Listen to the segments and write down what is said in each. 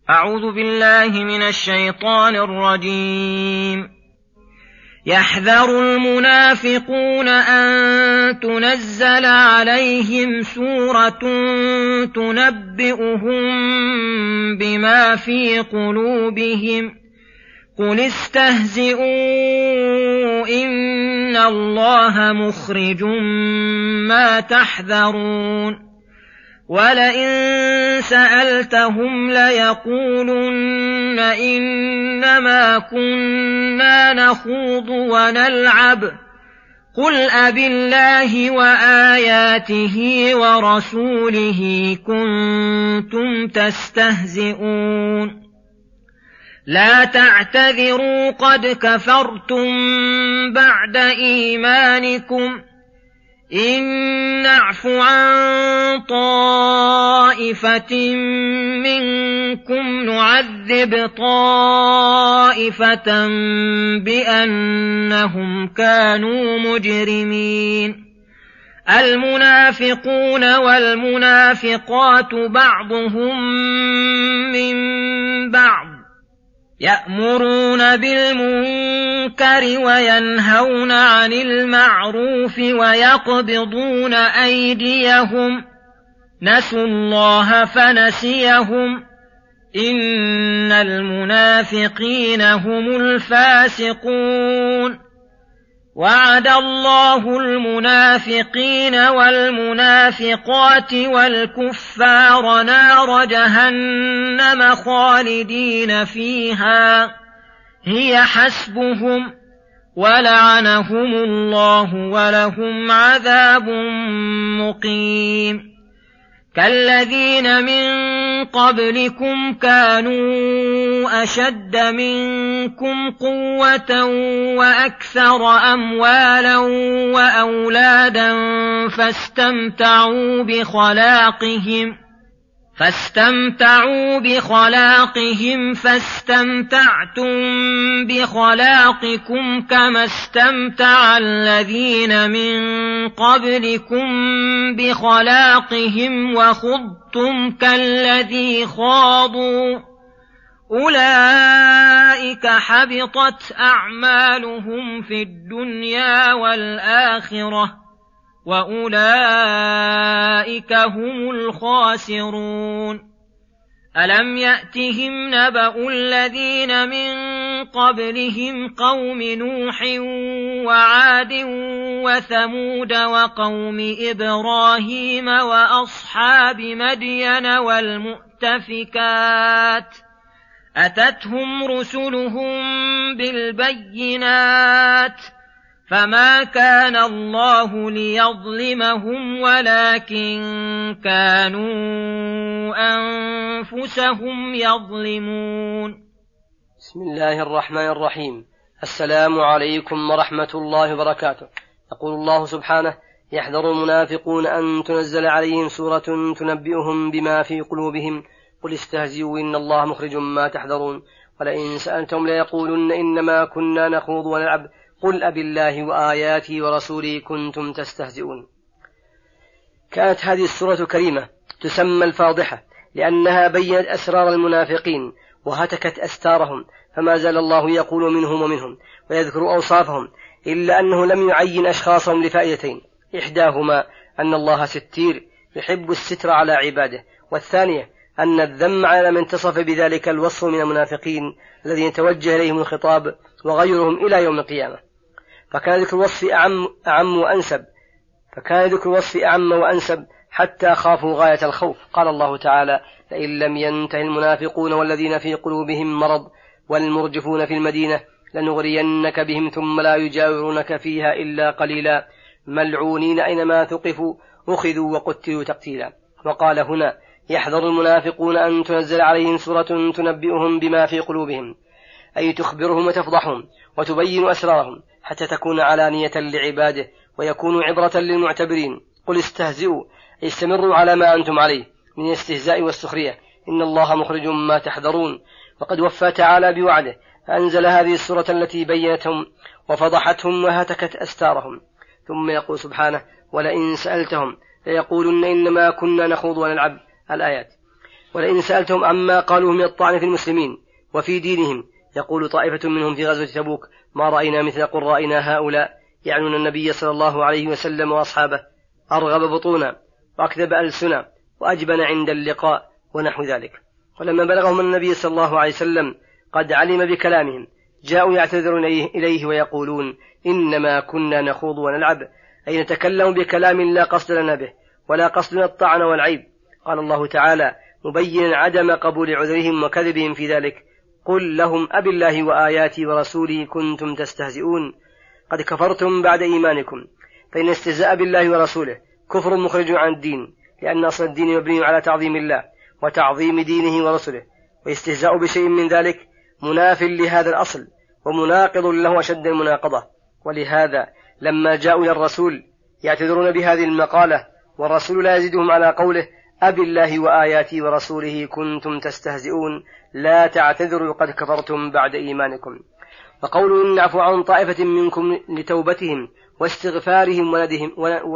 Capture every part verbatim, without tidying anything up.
أعوذ بالله من الشيطان الرجيم. يحذر المنافقون أن تنزل عليهم سورة تنبئهم بما في قلوبهم قل استهزئوا إن الله مخرج ما تحذرون ولئن سألتهم ليقولن إنما كنا نخوض ونلعب قل أبالله وآياته ورسوله كنتم تستهزئون لا تعتذروا قد كفرتم بعد إيمانكم إن نعف عن طائفة منكم نعذب طائفة بأنهم كانوا مجرمين المنافقون والمنافقات بعضهم من بعض يأمرون بالمنكر وينهون عن المعروف ويقبضون أيديهم نسوا الله فنسيهم إن المنافقين هم الفاسقون وعد الله المنافقين والمنافقات والكفار نار جهنم خالدين فيها هي حسبهم ولعنهم الله ولهم عذاب مقيم كالذين من قبلكم كانوا أشد منكم قوة وأكثر أموالا وأولادا فاستمتعوا بخلاقهم فاستمتعوا بخلاقهم فاستمتعتم بخلاقكم كما استمتع الذين من قبلكم بخلاقهم وخضتم كالذي خاضوا أولئك حبطت أعمالهم في الدنيا والآخرة وأولئك هم الخاسرون ألم يأتهم نبأ الذين من قبلهم قوم نوح وعاد وثمود وقوم إبراهيم وأصحاب مدين والمؤتفكات أتتهم رسلهم بالبينات فما كان الله ليظلمهم ولكن كانوا أنفسهم يظلمون. بسم الله الرحمن الرحيم. السلام عليكم ورحمة الله وبركاته. يقول الله سبحانه: يحذر المنافقون أن تنزل عليهم سورة تنبئهم بما في قلوبهم قل استهزئوا إن الله مخرج ما تحذرون ولئن سألتم ليقولن إنما كنا نخوض ونلعب قل أبالله وآياته ورسوله كنتم تستهزئون. كانت هذه السورة كريمة تسمى الفاضحة لأنها بيّنت أسرار المنافقين وهتكت أستارهم، فما زال الله يقول منهم ومنهم ويذكر أوصافهم، إلا أنه لم يعين أشخاصهم لفائدتين: إحداهما أن الله ستير يحب الستر على عباده، والثانية أن الذم على من اتصف بذلك الوصف من المنافقين الذين توجه إليهم الخطاب وغيرهم إلى يوم القيامة. فكان ذكر الوصف أعم, أعم وأنسب فكان ذكر الوصف أعم وأنسب حتى خافوا غاية الخوف. قال الله تعالى: لئن لم ينته المنافقون والذين في قلوبهم مرض والمرجفون في المدينة لنغرينك بهم ثم لا يجاورونك فيها إلا قليلا ملعونين أينما ثقفوا أخذوا وقتلوا تقتيلا. وقال هنا: يحذر المنافقون أن تنزل عليهم سورة تنبئهم بما في قلوبهم، أي تخبرهم وتفضحهم وتبين أسرارهم حتى تكون علانية لعباده ويكون عبرة للمعتبرين. قل استهزئوا، أي استمروا على ما أنتم عليه من الاستهزاء والسخرية، إن الله مخرج ما تحذرون. وقد وفى تعالى بوعده فأنزل هذه السورة التي بينتهم وفضحتهم وهتكت أستارهم. ثم يقول سبحانه: ولئن سألتهم ليقولن إنما كنا نخوض ونلعب. الآيات. ولئن سألتهم عما قالوا من الطعن في المسلمين وفي دينهم يقول طائفة منهم في غزوة تبوك ما رأينا مثل قرائنا هؤلاء، يعنون النبي صلى الله عليه وسلم وأصحابه، أرغب بطونا وأكذب ألسنا وأجبن عند اللقاء ونحو ذلك. ولما بلغهم النبي صلى الله عليه وسلم قد علم بكلامهم جاءوا يعتذرون إليه ويقولون إنما كنا نخوض ونلعب، أي نتكلم بكلام لا قصد لنا به ولا قصدنا الطعن والعيب. قال الله تعالى مبينا عدم قبول عذرهم وكذبهم في ذلك قل لهم أب الله وآياتي ورسوله كنتم تستهزئون قد كفرتم بعد إيمانكم. فإن استهزاء بالله ورسوله كفر مخرج عن الدين، لأن أصل الدين مبني على تعظيم الله وتعظيم دينه ورسله، والاستهزاء بشيء من ذلك مناف لهذا الأصل ومناقض له أشد المناقضة. ولهذا لما جاءوا إلى الرسول يعتذرون بهذه المقالة والرسول لا يزيدهم على قوله أب الله وآياتي ورسوله كنتم تستهزئون لا تعتذروا قد كفرتم بعد إيمانكم. وقولوا إن نعفو عن طائفة منكم لتوبتهم واستغفارهم وندهم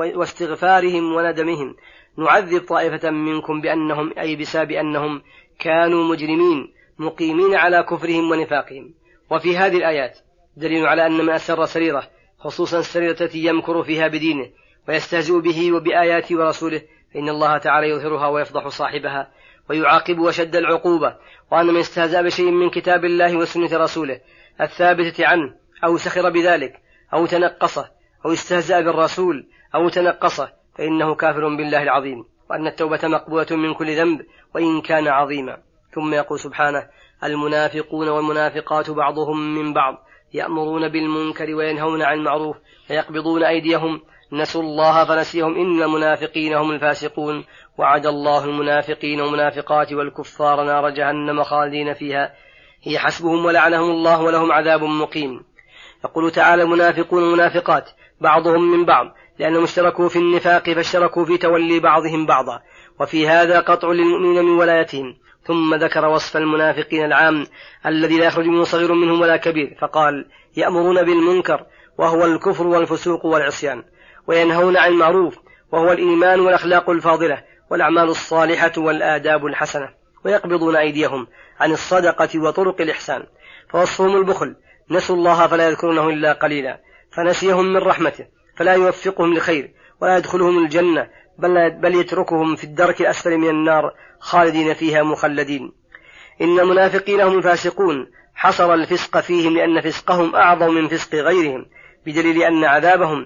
واستغفارهم وندمهم نعذب طائفة منكم بأنهم أي بسبب أنهم كانوا مجرمين مقيمين على كفرهم ونفاقهم. وفي هذه الآيات دليل على أن من أسر سريرة خصوصا السريرة التي يمكر فيها بدينه ويستهزئ به وبآياته ورسوله فإن الله تعالى يظهرها ويفضح صاحبها ويعاقب وشد العقوبة. وأن من استهزأ بشيء من كتاب الله وسنة رسوله الثابتة عنه أو سخر بذلك أو تنقصه أو استهزأ بالرسول أو تنقصه فإنه كافر بالله العظيم، وأن التوبة مقبولة من كل ذنب وإن كان عظيما. ثم يقول سبحانه المنافقون والمنافقات بعضهم من بعض يأمرون بالمنكر وينهون عن المعروف ويقبضون أيديهم نسوا الله فنسيهم إن المنافقين هم الفاسقون وعد الله المنافقين والمنافقات والكفار نار جهنم خالدين فيها هي حسبهم ولعنهم الله ولهم عذاب مقيم. يقول تعالى المنافقون والمنافقات بعضهم من بعض لأنهم اشتركوا في النفاق فاشتركوا في تولي بعضهم بعضا، وفي هذا قطع للمؤمنين من ولايتهم. ثم ذكر وصف المنافقين العام الذي لا يخرج منه صغير منهم ولا كبير فقال يأمرون بالمنكر وهو الكفر والفسوق والعصيان، وينهون عن المعروف وهو الإيمان والأخلاق الفاضلة والأعمال الصالحة والآداب الحسنة، ويقبضون أيديهم عن الصدقة وطرق الإحسان. فوصفهم البخل نسوا الله فلا يذكرونه إلا قليلا فنسيهم من رحمته فلا يوفقهم لخير ولا يدخلهم الجنة بل يتركهم في الدرك الأسفل من النار خالدين فيها مخلدين. إن المنافقين هم الفاسقون حصر الفسق فيهم لأن فسقهم أعظم من فسق غيرهم بدليل أن عذابهم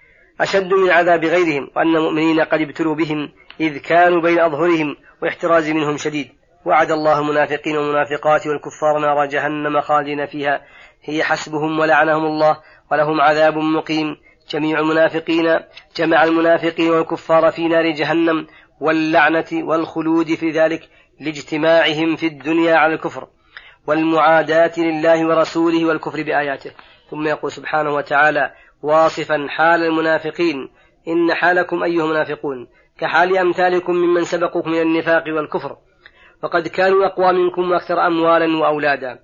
أشد من عذاب غيرهم، وأن المؤمنين قد ابتلوا بهم إذ كانوا بين أظهرهم واحتراز منهم شديد. وعد الله المنافقين والمنافقات والكفار نار جهنم خالدين فيها هي حسبهم ولعنهم الله ولهم عذاب مقيم. جميع المنافقين جمع المنافقين والكفار في نار جهنم واللعنة والخلود في ذلك لاجتماعهم في الدنيا على الكفر والمعاداة لله ورسوله والكفر بآياته. ثم يقول سبحانه وتعالى واصفا حال المنافقين إن حالكم أيها منافقون كحال أمثالكم ممن سبقكم من النفاق والكفر، وقد كانوا أقوى منكم وأكثر أموالا وأولادا،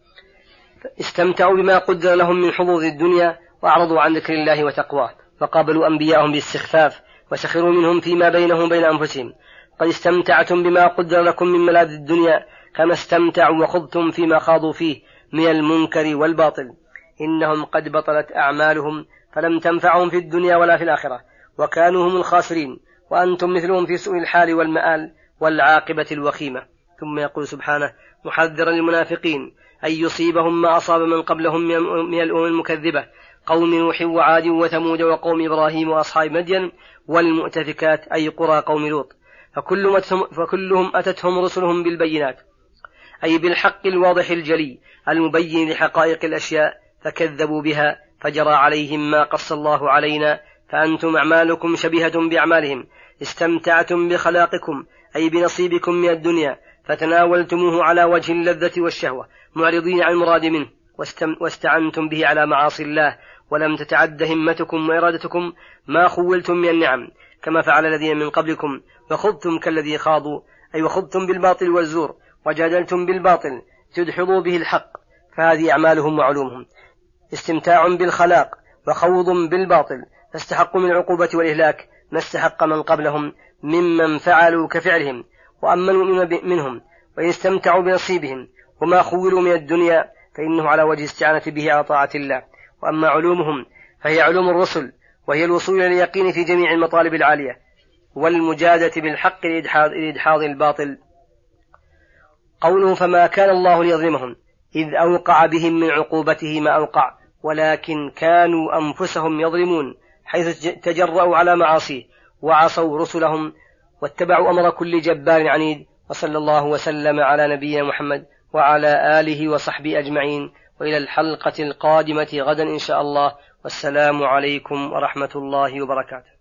استمتعوا بما قدر لهم من حظوظ الدنيا وأعرضوا عن ذكر الله وتقواه، فقابلوا أنبياءهم باستخفاف وسخروا منهم فيما بينهم بين أنفسهم. قد استمتعتم بما قدر لكم من ملاذ الدنيا كما استمتعوا وخضتم فيما خاضوا فيه من المنكر والباطل. إنهم قد بطلت أعمالهم فلم تنفعهم في الدنيا ولا في الآخرة وكانوا هم الخاسرين، وأنتم مثلهم في سوء الحال والمآل والعاقبة الوخيمة. ثم يقول سبحانه محذرا للمنافقين أن يصيبهم ما أصاب من قبلهم من الأمم المكذبة قوم نوح وعاد وثمود وقوم إبراهيم وأصحاب مدين والمؤتفكات أي قرى قوم لوط، فكلهم أتتهم رسلهم بالبينات أي بالحق الواضح الجلي المبين لحقائق الأشياء فكذبوا بها فجرى عليهم ما قص الله علينا فأنتم أعمالكم شبيهة بأعمالهم. استمتعتم بخلاقكم أي بنصيبكم من الدنيا فتناولتموه على وجه اللذة والشهوة معرضين عن المراد منه واستعنتم به على معاصي الله ولم تتعد همتكم وإرادتكم ما خولتم من النعم كما فعل الذين من قبلكم وخضتم كالذي خاضوا أي وخضتم بالباطل والزور وجادلتم بالباطل تدحضوا به الحق، فهذه أعمالهم وعلومهم. استمتاع بالخلاق وخوض بالباطل فاستحقوا من العقوبة والإهلاك ما استحق من قبلهم ممن فعلوا كفعلهم. وأما المؤمنون منهم وإن استمتعوا بنصيبهم وما خولوا من الدنيا فإنه على وجه استعانة به على طاعة الله. وأما علومهم فهي علوم الرسل، وهي الوصول إلى اليقين في جميع المطالب العالية والمجادة بالحق لإدحاض الباطل. قوله فما كان الله ليظلمهم إذ أوقع بهم من عقوبته ما أوقع، ولكن كانوا أنفسهم يظلمون حيث تجرؤوا على معاصيه وعصوا رسلهم واتبعوا أمر كل جبار عنيد. وصلى الله وسلم على نبينا محمد وعلى آله وصحبه أجمعين، وإلى الحلقة القادمة غدا إن شاء الله، والسلام عليكم ورحمة الله وبركاته.